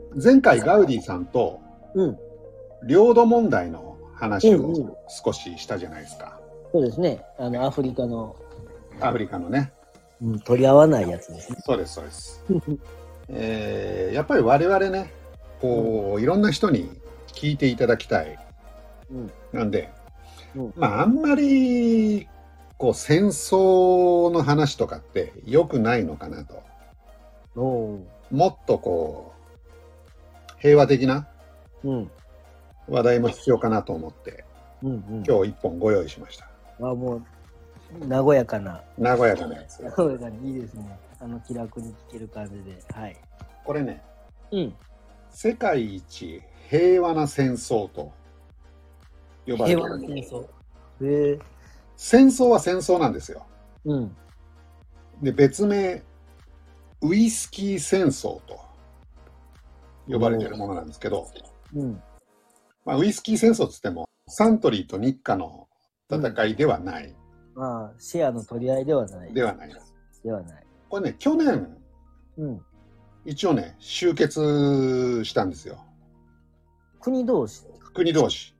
前回ガウディさんとうん。 領土問題の話を少ししたじゃないですか。 そうですね。アフリカの、 アフリカのね。 取り合わないやつですね。 そうです、そうです。やっぱり我々ね、こう、いろんな人に聞いていただきたい。なんで、あんまり、こう、戦争の話とかって良くないのかなと。もっとこう、平和的な話題も必要かなと思って、今日一本ご用意しました。 もう、和やかな。 和やかなやつ。 和やかにいいですね。気楽に聞ける感じで。はい。 これね、世界一平和な戦争と呼ばれている。 平和な戦争。 戦争は戦争なんですよ。で、別名、ウイスキー戦争と呼ばれているものなんですけど、ウイスキー戦争つっても、サントリーと日課の戦いではない。 シェアの取り合いではない。 ではないです。 ではない。 これね、去年、一応ね、終結したんですよ。 国同士。 国同士。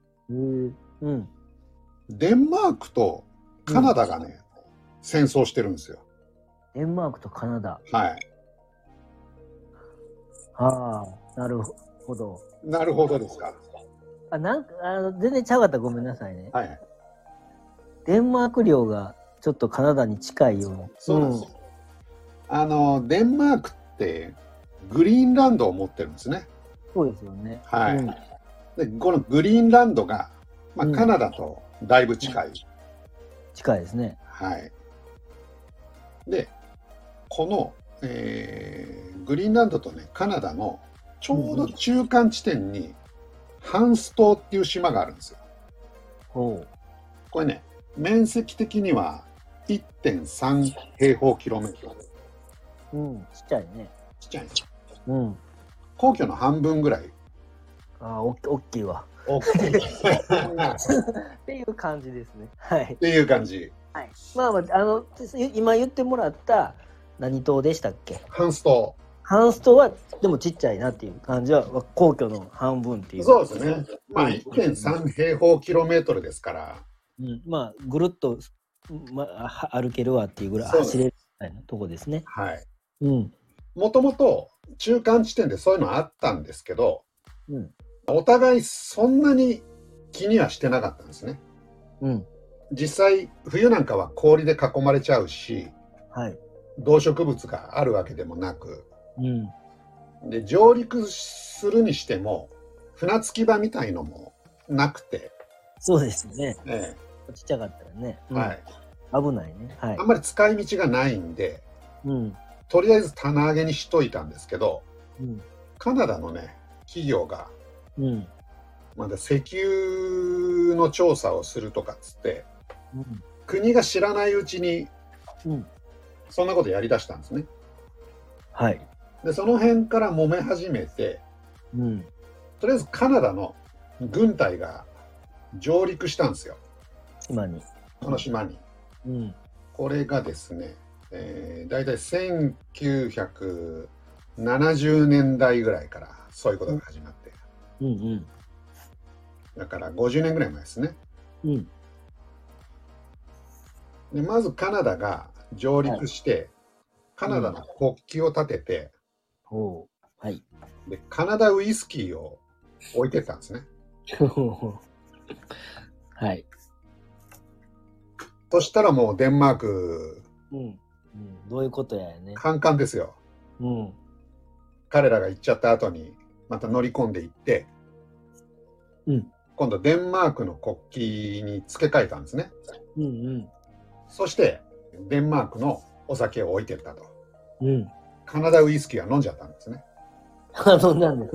デンマークとカナダがね、戦争してるんですよ。 デンマークとカナダ。 はい。 なるほど。 なるほどですか。 全然ちゃうかったらごめんなさいね。 はい。 デンマーク領がちょっとカナダに近いような。 そうなんですよ。デンマークってグリーンランドを持ってるんですね。 そうですよね。 はい。で、このグリーンランドが、カナダとだいぶ近い。 近いですね。 はい。で、この、グリーンランドとね、カナダのちょうど中間地点に、ハンス島っていう島があるんですよ。これね、面積的には 1.3 平方キロメートル。 ちっちゃいね。 ちっちゃいんですよ。皇居の半分ぐらい。 大きいわ。 大きい。 っていう感じですね。はい。 っていう感じ。 はい。今言ってもらった何島でしたっけ？ ハンス島。 ハンス島はでもちっちゃいなっていう感じは皇居の半分っていう。 そうですね。1.3 平方キロメートルですから。 ぐるっと、歩けるわっていうぐらい走れるみたいなとこですね。 はい。もともと中間地点でそういうのあったんですけど、お互いそんなに気にはしてなかったんですね。実際冬なんかは氷で囲まれちゃうし、動植物があるわけでもなく、で上陸するにしても船着き場みたいのもなくて。 そうですね。ちっちゃかったらね。危ないね。 あんまり使い道がないんで、とりあえず棚上げにしといたんですけど、カナダのね企業がまだ石油の調査をするとかっつって、国が知らないうちにそんなことやりだしたんですね。でその辺から揉め始めて、とりあえずカナダの軍隊が上陸したんですよ。この島に。これがですね、だいたい1970年代ぐらいからそういうことが始まって、だから50年ぐらい前ですね。でまずカナダが上陸して、カナダの国旗を立てて、でカナダウイスキーを置いてったんですね。そしたらもうデンマーク、 どういうことやね。 カンカンですよ。彼らが行っちゃった後にまた乗り込んでいって、今度デンマークの国旗に付け替えたんですね。そしてデンマークのお酒を置いてったと。カナダウイスキーは飲んじゃったんですね。 飲んだんです。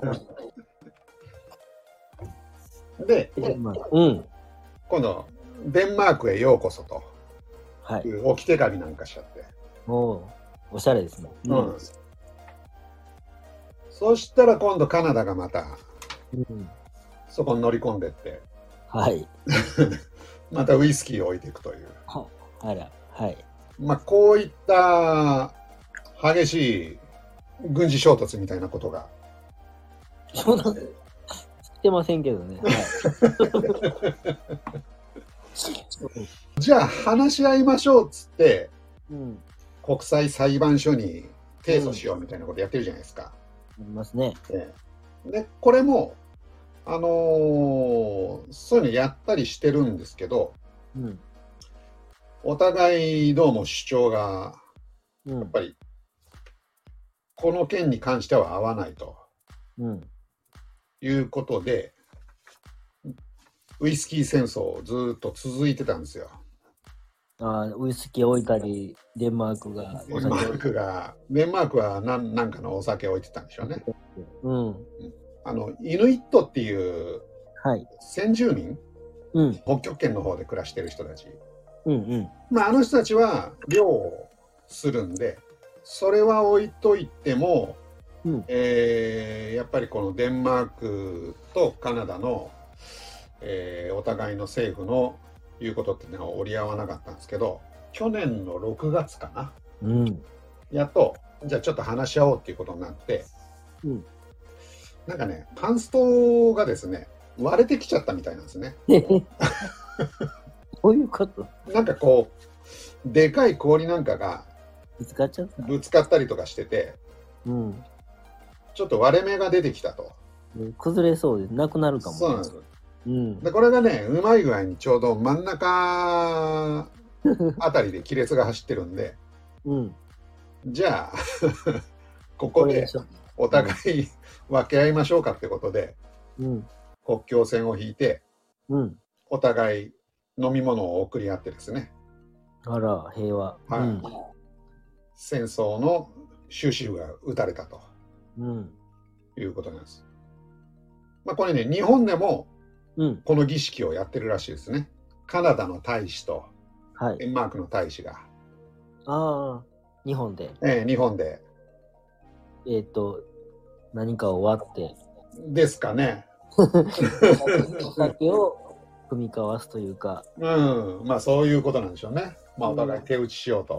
で、今度デンマークへようこそという置き手紙なんかしちゃって。 おしゃれですね。 そしたら今度カナダがまた、そこに乗り込んでって、またウイスキーを置いていくという。こういった激しい軍事衝突みたいなことがそうなん知ってませんけどね。はい、 じゃあ話し合いましょうっつって、 うん、 国際裁判所に提訴しようみたいなことやってるじゃないですか。 ありますね。 で、これも、そういうのやったりしてるんですけど、うん、お互いどうも主張が、やっぱり、この件に関しては合わないと、いうことで、ウイスキー戦争ずっと続いてたんですよ。 ウイスキー置いたり、デンマークがデンマークはなんかのお酒置いてたんでしょうね。イヌイットっていう先住民、北極圏の方で暮らしてる人たち、あの人たちは漁をするんで、それは置いといても、やっぱりこのデンマークとカナダの、お互いの政府の言うことっていうのは折り合わなかったんですけど、去年の6月かな、やっとじゃあちょっと話し合おうっていうことになって、なんかね、パンストがですね割れてきちゃったみたいなんですね。 どういうこと？ なんかこうでかい氷なんかがぶつかっちゃった？ ぶつかったりとかしてて、ちょっと割れ目が出てきたと。 崩れそうでなくなるかも。 そうなんです。でこれがね、うまい具合にちょうど真ん中あたりで亀裂が走ってるんで、じゃあここでお互い分け合いましょうかってことで、国境線を引いて、お互い飲み物を送り合ってですね。 あら、平和。 戦争の終止符が打たれたと、いうことなんです。これね、日本でもこの儀式をやってるらしいですね。カナダの大使とデンマークの大使が。 日本で。 日本で。 何か終わって。 ですかね。 お酒を組み交わすというか。 そういうことなんでしょうね。お互い手打ちしようと。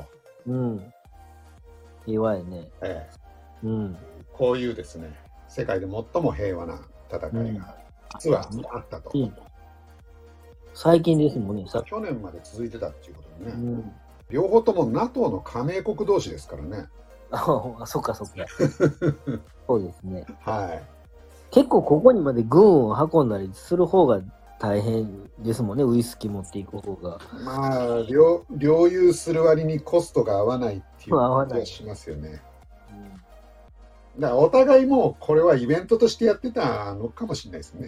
平和やね。 こういうですね、世界で最も平和な戦いが実はあったと。 最近ですもんね。 去年まで続いてたっていうことでね。両方とも NATO の加盟国同士ですからね。 そっかそっか。そうですね。 はい。 結構ここにまで軍を運んだりする方が大変ですもんね。ウイスキー持っていく方が。 領有する割にコストが合わないっていう感じがしますよね。だからお互いもうこれはイベントとしてやってたのかもしれないですね。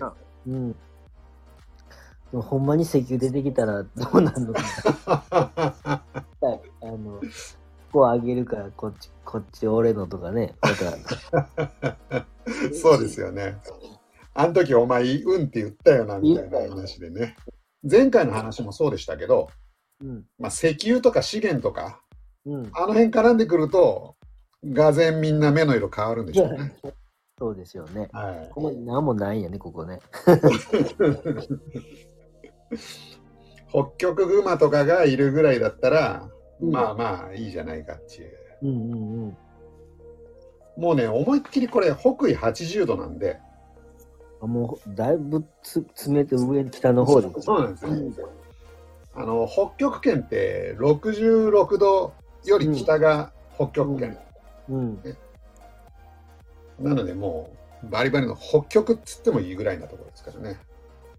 でもほんまに石油出てきたらどうなるのか。ここあげるからこっち俺のとかね。 そうですよね。あの時お前うんって言ったよなみたいな話でね。前回の話もそうでしたけど、石油とか資源とか、あの辺絡んでくるとがぜんみんな目の色変わるんでしょうね。 そうですよね。ここに何もないんやね、ここね。 北極熊とかがいるぐらいだったら、いいじゃないかっていう。もうね、思いっきりこれ北緯80度なんで。 もうだいぶ詰めて北の方で。 そうなんですよ。北極圏って66度より北が北極圏。なのでもうバリバリの北極っつってもいいぐらいなところですからね。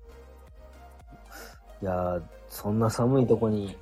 いやそんな寒いとこに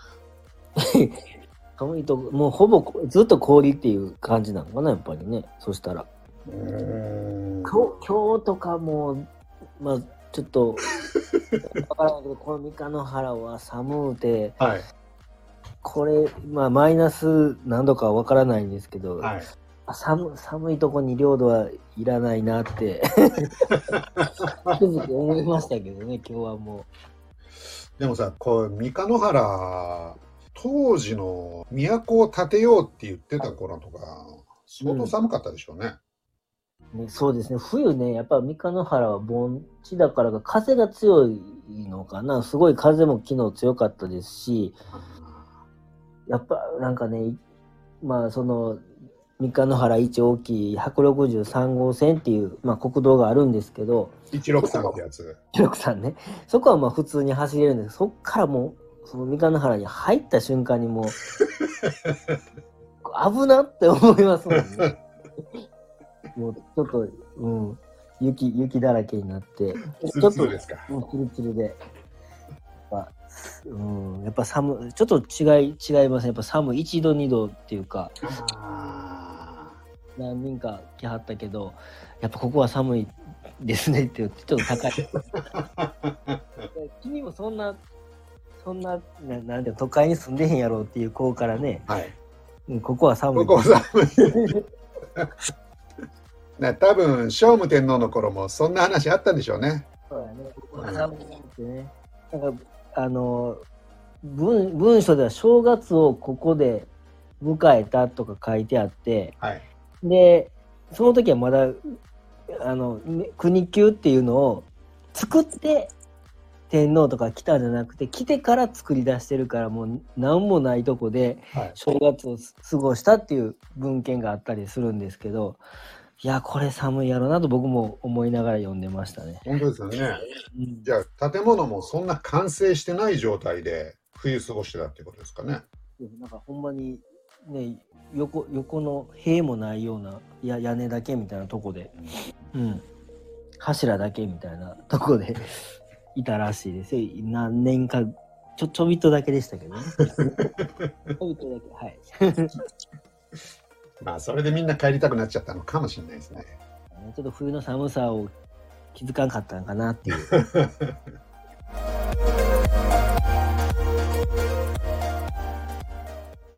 寒いとこもうほぼずっと氷っていう感じなのかな、やっぱりね。そしたら今日とかもちょっとわからないけどこの三日野原は寒うて、これマイナス何度かわからないんですけど、寒いとこに領土はいらないなってつくづく思いましたけどね、今日はもう。 でもさ、三日野原当時の都を建てようって言ってた頃とか相当寒かったでしょうね。 そうですね、冬ね、やっぱ三日野原は盆地だから風が強いのかな。すごい風も昨日強かったですし、やっぱなんかね、その三日野原一大きい163号線っていう、まあ、国道があるんですけど、 163ってやつ。 163ね。そこはまあ普通に走れるんですけど、そっからもう、その三日野原に入った瞬間にもう、危なって思いますもんね。もうちょっと、雪だらけになって、 ツルツルですか。 ツルツルで。やっぱちょっと違いますね。やっぱ寒い、1度2度っていうか、何人か来はったけど、やっぱここは寒いですねって言って、ちょっと高い。君もそんななんて都会に住んでへんやろうっていう子からね、 はい、 ここは寒い。 ここは寒い。多分聖武天皇の頃もそんな話あったんでしょうね。 そうだね。ここは寒いってね。なんか文書では正月をここで迎えたとか書いてあって、 はい、 でその時はまだ国宮っていうのを作って天皇とか来たんじゃなくて、来てから作り出してるから、もう何もないとこで正月を過ごしたっていう文献があったりするんですけど、いやこれ寒いやろなと僕も思いながら読んでましたね。 本当ですよね。じゃあ建物もそんな完成してない状態で冬過ごしてたってことですかね。 なんかほんまにね、横の塀もないような屋根だけみたいなとこで、柱だけみたいなとこでいたらしいですよ。何年かちょびっとだけでしたけどね。ちょびっとだけ、はい。 まあそれでみんな帰りたくなっちゃったのかもしれないですね。 ちょっと冬の寒さを気づかんかったのかなっていう。